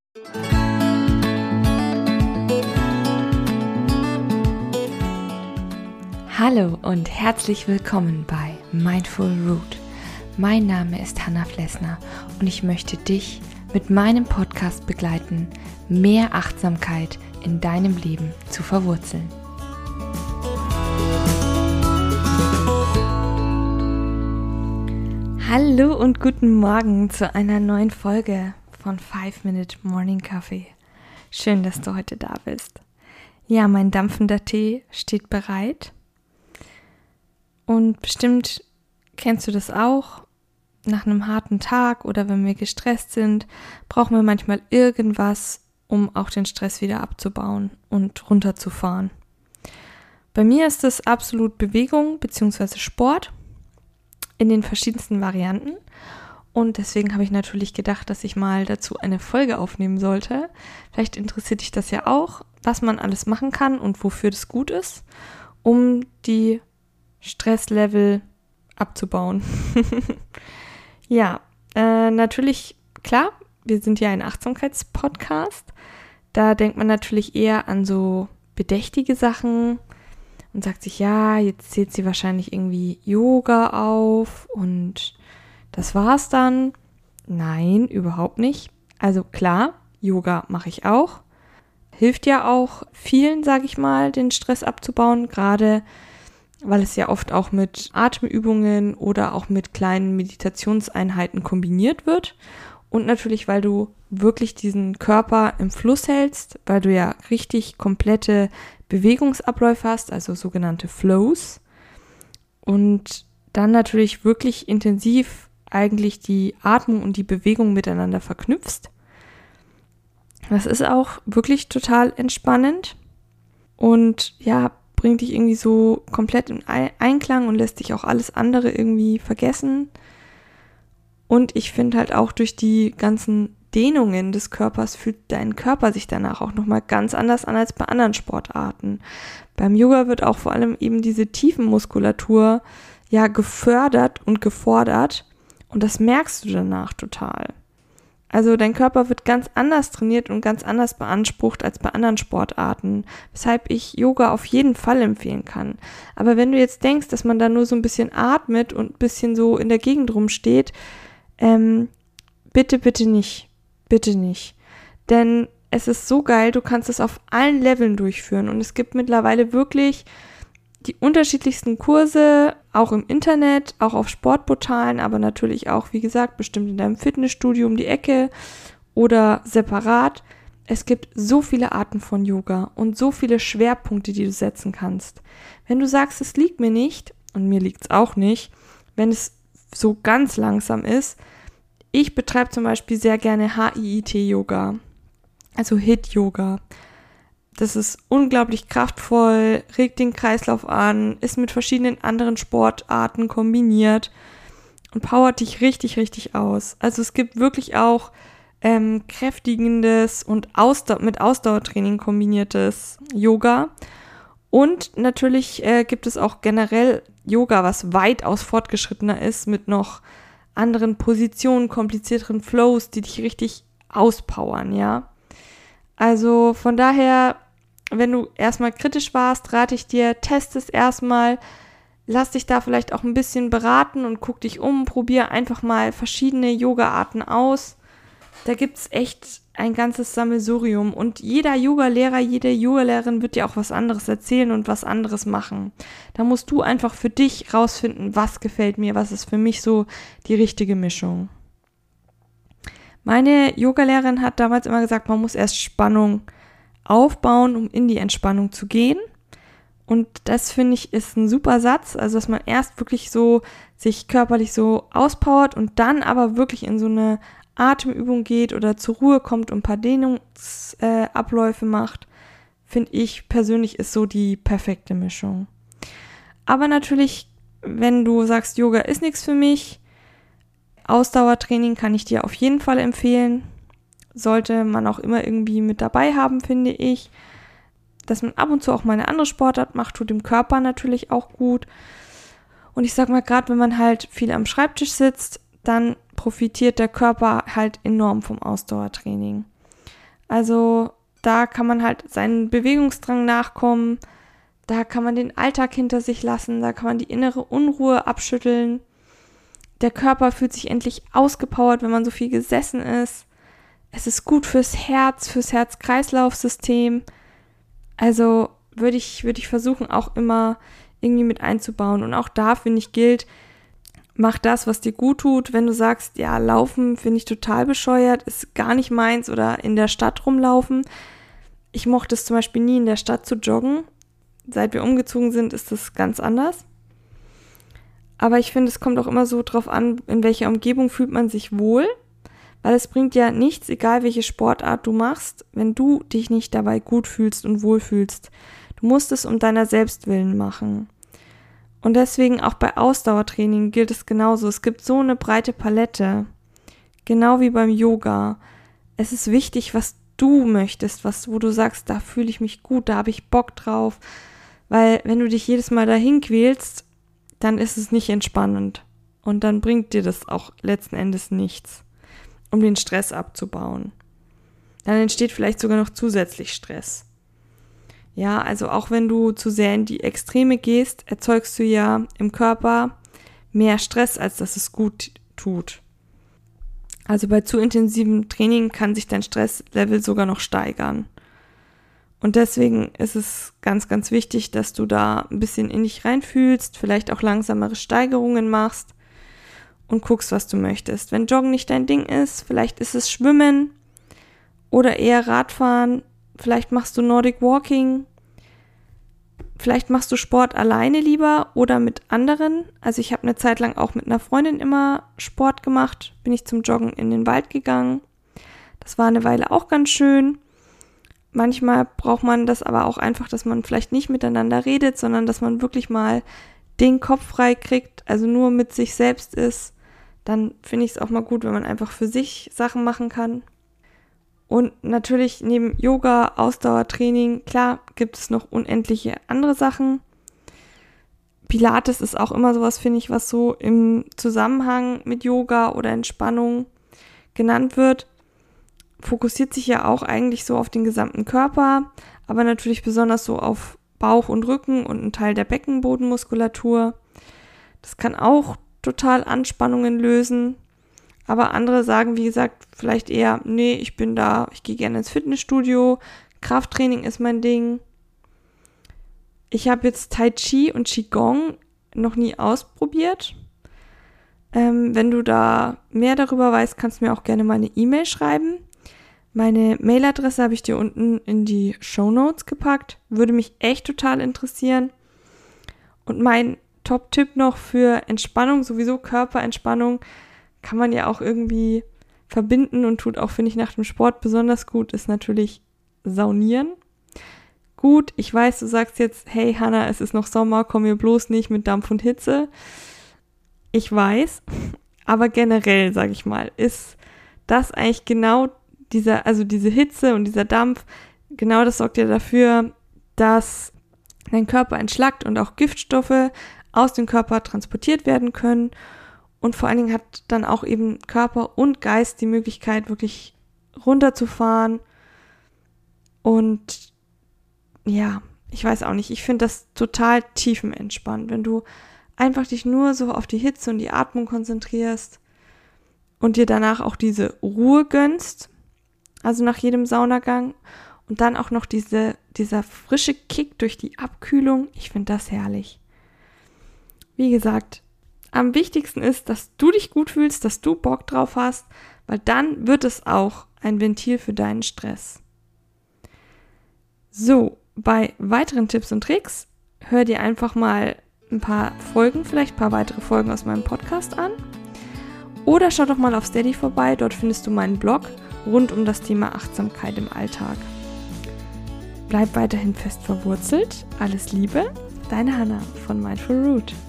Hallo und herzlich willkommen bei Mindful Root. Mein Name ist Hannah Flessner und ich möchte dich mit meinem Podcast begleiten, mehr Achtsamkeit in deinem Leben zu verwurzeln. Hallo und guten Morgen zu einer neuen Folge von 5-Minute Morning Coffee. Schön, dass du heute da bist. Ja, mein dampfender Tee steht bereit. Und bestimmt kennst du das auch. Nach einem harten Tag oder wenn wir gestresst sind, brauchen wir manchmal irgendwas, um auch den Stress wieder abzubauen und runterzufahren. Bei mir ist es absolut Bewegung bzw. Sport in den verschiedensten Varianten. Und deswegen habe ich natürlich gedacht, dass ich mal dazu eine Folge aufnehmen sollte. Vielleicht interessiert dich das ja auch, was man alles machen kann und wofür das gut ist, um die Stresslevel abzubauen. Ja, natürlich, klar, wir sind ja ein Achtsamkeitspodcast. Da denkt man natürlich eher an so bedächtige Sachen und sagt sich, ja, jetzt zählt sie wahrscheinlich irgendwie Yoga auf und das war's dann. Nein, überhaupt nicht. Also klar, Yoga mache ich auch. Hilft ja auch vielen, sage ich mal, den Stress abzubauen, gerade weil es ja oft auch mit Atemübungen oder auch mit kleinen Meditationseinheiten kombiniert wird. Und natürlich, weil du wirklich diesen Körper im Fluss hältst, weil du ja richtig komplette Bewegungsabläufe hast, also sogenannte Flows. Und dann natürlich wirklich intensiv eigentlich die Atmung und die Bewegung miteinander verknüpfst. Das ist auch wirklich total entspannend und ja, bringt dich irgendwie so komplett in Einklang und lässt dich auch alles andere irgendwie vergessen. Und ich finde halt auch durch die ganzen Dehnungen des Körpers fühlt dein Körper sich danach auch nochmal ganz anders an als bei anderen Sportarten. Beim Yoga wird auch vor allem eben diese Tiefenmuskulatur ja gefördert und gefordert und das merkst du danach total. Also dein Körper wird ganz anders trainiert und ganz anders beansprucht als bei anderen Sportarten, weshalb ich Yoga auf jeden Fall empfehlen kann. Aber wenn du jetzt denkst, dass man da nur so ein bisschen atmet und ein bisschen so in der Gegend rumsteht, bitte nicht. Bitte nicht. Denn es ist so geil, du kannst es auf allen Leveln durchführen und es gibt mittlerweile wirklich die unterschiedlichsten Kurse, auch im Internet, auch auf Sportportalen, aber natürlich auch, wie gesagt, bestimmt in deinem Fitnessstudio um die Ecke oder separat. Es gibt so viele Arten von Yoga und so viele Schwerpunkte, die du setzen kannst. Wenn du sagst, es liegt mir nicht, und mir liegt es auch nicht, wenn es so ganz langsam ist, ich betreibe zum Beispiel sehr gerne HIIT-Yoga, also HIIT-Yoga. Das ist unglaublich kraftvoll, regt den Kreislauf an, ist mit verschiedenen anderen Sportarten kombiniert und powert dich richtig, richtig aus. Also es gibt wirklich auch kräftigendes und mit Ausdauertraining kombiniertes Yoga. Und natürlich gibt es auch generell Yoga, was weitaus fortgeschrittener ist, mit noch anderen Positionen, komplizierteren Flows, die dich richtig auspowern, ja. Also von daher, wenn du erstmal kritisch warst, rate ich dir, test es erstmal, lass dich da vielleicht auch ein bisschen beraten und guck dich um, probier einfach mal verschiedene Yoga-Arten aus. Da gibt's echt ein ganzes Sammelsurium und jeder Yoga-Lehrer, jede Yoga-Lehrerin wird dir auch was anderes erzählen und was anderes machen. Da musst du einfach für dich rausfinden, was gefällt mir, was ist für mich so die richtige Mischung. Meine Yoga-Lehrerin hat damals immer gesagt, man muss erst Spannung aufbauen, um in die Entspannung zu gehen. Und das, finde ich, ist ein super Satz, also dass man erst wirklich so sich körperlich so auspowert und dann aber wirklich in so eine Atemübung geht oder zur Ruhe kommt und ein paar Dehnungsabläufe macht, finde ich persönlich ist so die perfekte Mischung. Aber natürlich, wenn du sagst, Yoga ist nichts für mich, Ausdauertraining kann ich dir auf jeden Fall empfehlen. Sollte man auch immer irgendwie mit dabei haben, finde ich. Dass man ab und zu auch mal eine andere Sportart macht, tut dem Körper natürlich auch gut. Und ich sag mal, gerade wenn man halt viel am Schreibtisch sitzt, dann profitiert der Körper halt enorm vom Ausdauertraining. Also da kann man halt seinen Bewegungsdrang nachkommen, da kann man den Alltag hinter sich lassen, da kann man die innere Unruhe abschütteln. Der Körper fühlt sich endlich ausgepowert, wenn man so viel gesessen ist. Es ist gut fürs Herz-Kreislauf-System. Also würde ich versuchen, auch immer irgendwie mit einzubauen. Und auch da, finde ich, gilt, mach das, was dir gut tut. Wenn du sagst, ja, Laufen finde ich total bescheuert, ist gar nicht meins, oder in der Stadt rumlaufen. Ich mochte es zum Beispiel nie, in der Stadt zu joggen. Seit wir umgezogen sind, ist das ganz anders. Aber ich finde, es kommt auch immer so drauf an, in welcher Umgebung fühlt man sich wohl. Weil es bringt ja nichts, egal welche Sportart du machst, wenn du dich nicht dabei gut fühlst und wohlfühlst. Du musst es um deiner selbst willen machen. Und deswegen auch bei Ausdauertraining gilt es genauso. Es gibt so eine breite Palette. Genau wie beim Yoga. Es ist wichtig, was du möchtest, wo du sagst, da fühle ich mich gut, da habe ich Bock drauf. Weil wenn du dich jedes Mal dahin quälst, dann ist es nicht entspannend. Und dann bringt dir das auch letzten Endes nichts, um den Stress abzubauen. Dann entsteht vielleicht sogar noch zusätzlich Stress. Ja, also auch wenn du zu sehr in die Extreme gehst, erzeugst du ja im Körper mehr Stress, als dass es gut tut. Also bei zu intensivem Training kann sich dein Stresslevel sogar noch steigern. Und deswegen ist es ganz, ganz wichtig, dass du da ein bisschen in dich reinfühlst, vielleicht auch langsamere Steigerungen machst und guckst, was du möchtest. Wenn Joggen nicht dein Ding ist, vielleicht ist es Schwimmen oder eher Radfahren, vielleicht machst du Nordic Walking, vielleicht machst du Sport alleine lieber oder mit anderen. Also ich habe eine Zeit lang auch mit einer Freundin immer Sport gemacht, bin ich zum Joggen in den Wald gegangen. Das war eine Weile auch ganz schön. Manchmal braucht man das aber auch einfach, dass man vielleicht nicht miteinander redet, sondern dass man wirklich mal den Kopf frei kriegt, also nur mit sich selbst ist. Dann finde ich es auch mal gut, wenn man einfach für sich Sachen machen kann. Und natürlich neben Yoga, Ausdauertraining, klar, gibt es noch unendliche andere Sachen. Pilates ist auch immer sowas, finde ich, was so im Zusammenhang mit Yoga oder Entspannung genannt wird. Fokussiert sich ja auch eigentlich so auf den gesamten Körper, aber natürlich besonders so auf Bauch und Rücken und einen Teil der Beckenbodenmuskulatur. Das kann auch total Anspannungen lösen, aber andere sagen, wie gesagt, vielleicht eher, nee, ich gehe gerne ins Fitnessstudio, Krafttraining ist mein Ding. Ich habe jetzt Tai Chi und Qigong noch nie ausprobiert. Wenn du da mehr darüber weißt, kannst du mir auch gerne mal eine E-Mail schreiben. Meine Mailadresse habe ich dir unten in die Shownotes gepackt. Würde mich echt total interessieren. Und mein Top-Tipp noch für Entspannung, sowieso Körperentspannung, kann man ja auch irgendwie verbinden und tut auch, finde ich, nach dem Sport besonders gut, ist natürlich Saunieren. Gut, ich weiß, du sagst jetzt, hey Hannah, es ist noch Sommer, komm mir bloß nicht mit Dampf und Hitze. Ich weiß, aber generell, sage ich mal, ist das eigentlich genau diese Hitze und dieser Dampf, genau das sorgt ja dafür, dass dein Körper entschlackt und auch Giftstoffe aus dem Körper transportiert werden können. Und vor allen Dingen hat dann auch eben Körper und Geist die Möglichkeit, wirklich runterzufahren. Und ja, ich weiß auch nicht, ich finde das total tiefenentspannt, wenn du einfach dich nur so auf die Hitze und die Atmung konzentrierst und dir danach auch diese Ruhe gönnst, also nach jedem Saunagang, und dann auch noch dieser frische Kick durch die Abkühlung. Ich finde das herrlich. Wie gesagt, am wichtigsten ist, dass du dich gut fühlst, dass du Bock drauf hast, weil dann wird es auch ein Ventil für deinen Stress. So, bei weiteren Tipps und Tricks hör dir einfach mal ein paar Folgen, vielleicht ein paar weitere Folgen aus meinem Podcast an. Oder schau doch mal auf Steady vorbei, dort findest du meinen Blog rund um das Thema Achtsamkeit im Alltag. Bleib weiterhin fest verwurzelt. Alles Liebe, deine Hannah von Mindful Root.